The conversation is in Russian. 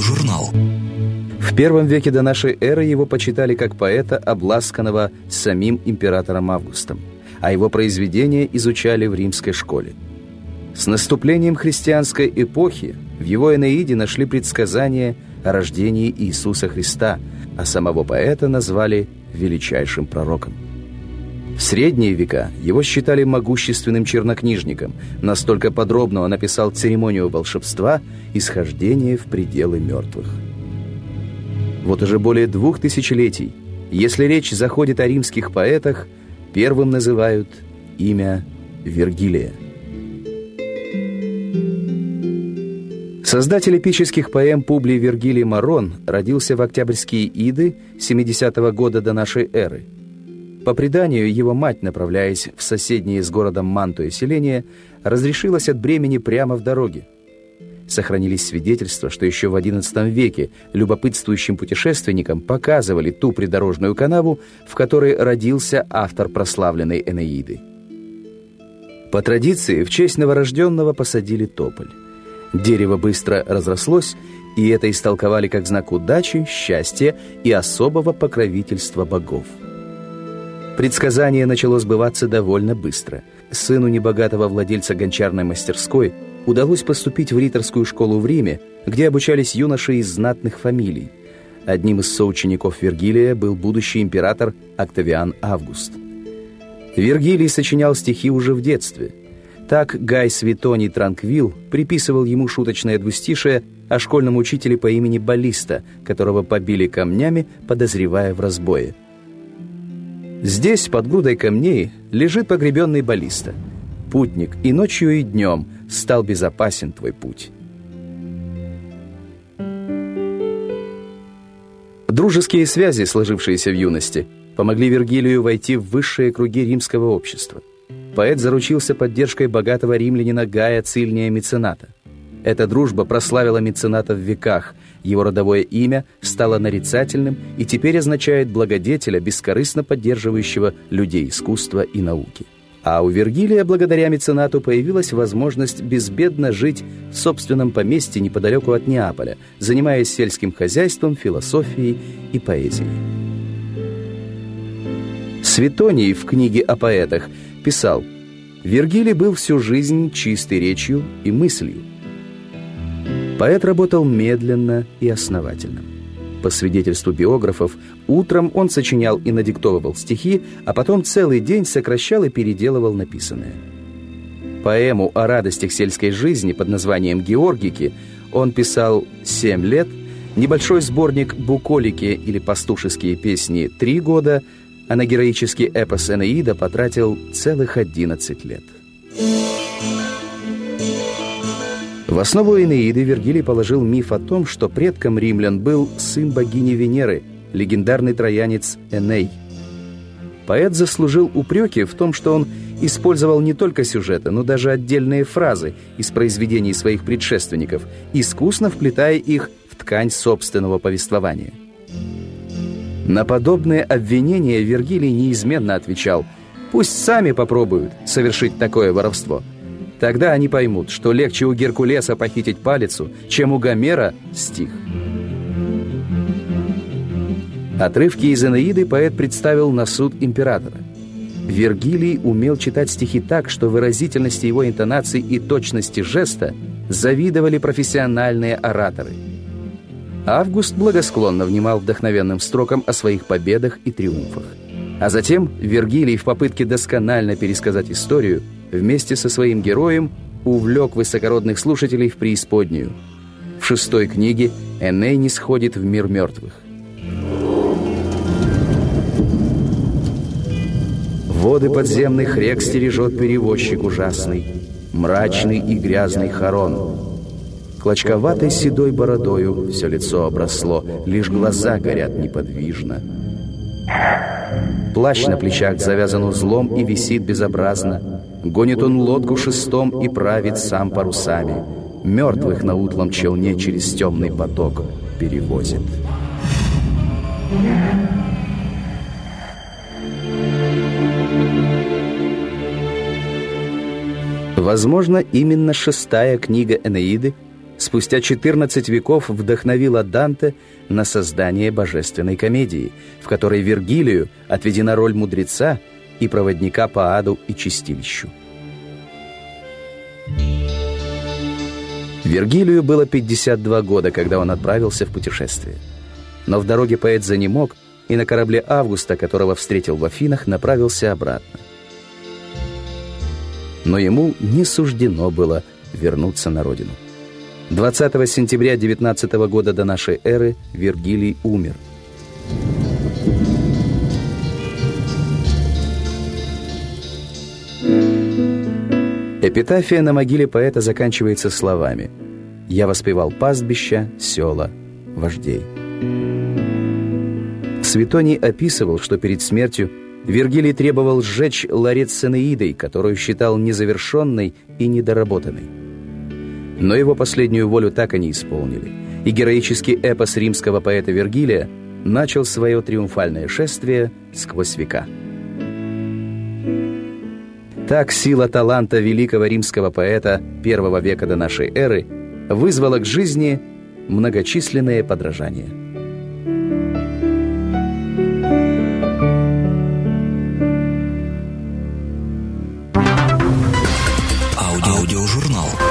журнал. В первом веке до нашей эры его почитали как поэта, обласканного самим императором Августом, а его произведения изучали в римской школе. С наступлением христианской эпохи в его «Энеиде» нашли предсказания о рождении Иисуса Христа, а самого поэта назвали величайшим пророком. В средние века его считали могущественным чернокнижником, настолько подробно он описал церемонию волшебства и схождение в пределы мертвых. Вот уже более 2 тысячелетий, если речь заходит о римских поэтах, первым называют имя Вергилия. Создатель эпических поэм Публий Вергилий Марон родился в октябрьские иды 70-го года до нашей эры. По преданию, его мать, направляясь в соседнее с городом Мантуя селение, разрешилась от бремени прямо в дороге. Сохранились свидетельства, что еще в XI веке любопытствующим путешественникам показывали ту придорожную канаву, в которой родился автор прославленной «Энеиды». По традиции, в честь новорожденного посадили тополь. Дерево быстро разрослось, и это истолковали как знак удачи, счастья и особого покровительства богов. Предсказание начало сбываться довольно быстро. Сыну небогатого владельца гончарной мастерской удалось поступить в риторскую школу в Риме, где обучались юноши из знатных фамилий. Одним из соучеников Вергилия был будущий император Октавиан Август. Вергилий сочинял стихи уже в детстве. Так Гай Светоний Транквил приписывал ему шуточное двустишие о школьном учителе по имени Баллиста, которого побили камнями, подозревая в разбое. Здесь, под грудой камней, лежит погребенный Баллиста. Путник, и ночью, и днем стал безопасен твой путь. Дружеские связи, сложившиеся в юности, помогли Вергилию войти в высшие круги римского общества. Поэт заручился поддержкой богатого римлянина Гая Цильния Мецената. Эта дружба прославила мецената в веках, его родовое имя стало нарицательным и теперь означает благодетеля, бескорыстно поддерживающего людей искусства и науки. А у Вергилия, благодаря меценату, появилась возможность безбедно жить в собственном поместье неподалеку от Неаполя, занимаясь сельским хозяйством, философией и поэзией. Светоний в книге о поэтах писал: «Вергилий был всю жизнь чистой речью и мыслью». Поэт работал медленно и основательно. По свидетельству биографов, утром он сочинял и надиктовывал стихи, а потом целый день сокращал и переделывал написанное. Поэму о радостях сельской жизни под названием «Георгики» он писал 7 лет, небольшой сборник «Буколики» или «Пастушеские песни» 3 года, а на героический эпос «Энеида» потратил целых 11 лет. В основу «Энеиды» Вергилий положил миф о том, что предком римлян был сын богини Венеры, легендарный троянец Эней. Поэт заслужил упреки в том, что он использовал не только сюжеты, но даже отдельные фразы из произведений своих предшественников, искусно вплетая их в ткань собственного повествования. На подобные обвинения Вергилий неизменно отвечал: «Пусть сами попробуют совершить такое воровство. Тогда они поймут, что легче у Геркулеса похитить палицу, чем у Гомера стих». Отрывки из «Энеиды» поэт представил на суд императора. Вергилий умел читать стихи так, что выразительности его интонаций и точности жеста завидовали профессиональные ораторы. Август благосклонно внимал вдохновенным строкам о своих победах и триумфах. А затем Вергилий в попытке досконально пересказать историю вместе со своим героем увлек высокородных слушателей в преисподнюю. В 6-й книге Эней нисходит в мир мертвых. Воды подземных рек стережет перевозчик ужасный, мрачный и грязный Харон. Клочковатой седой бородою все лицо обросло, лишь глаза горят неподвижно. Плащ на плечах завязан узлом и висит безобразно. Гонит он лодку шестом и правит сам парусами. Мертвых на утлом челне через темный поток перевозит. Возможно, именно 6-я книга «Энеиды» спустя 14 веков вдохновила Данте на создание божественной комедии, в которой Вергилию отведена роль мудреца и проводника по аду и чистилищу. Вергилию было 52 года, когда он отправился в путешествие. Но в дороге поэт занемог, и на корабле Августа, которого встретил в Афинах, направился обратно. Но ему не суждено было вернуться на родину. 20 сентября 19 года до нашей эры Вергилий умер. Эпитафия на могиле поэта заканчивается словами: «Я воспевал пастбища, села, вождей». Светоний описывал, что перед смертью Вергилий требовал сжечь ларец с Энеидой, которую считал незавершенной и недоработанной. Но его последнюю волю так и не исполнили, и героический эпос римского поэта Вергилия начал свое триумфальное шествие сквозь века. Так сила таланта великого римского поэта I века до нашей эры вызвала к жизни многочисленные подражания. Аудиожурнал.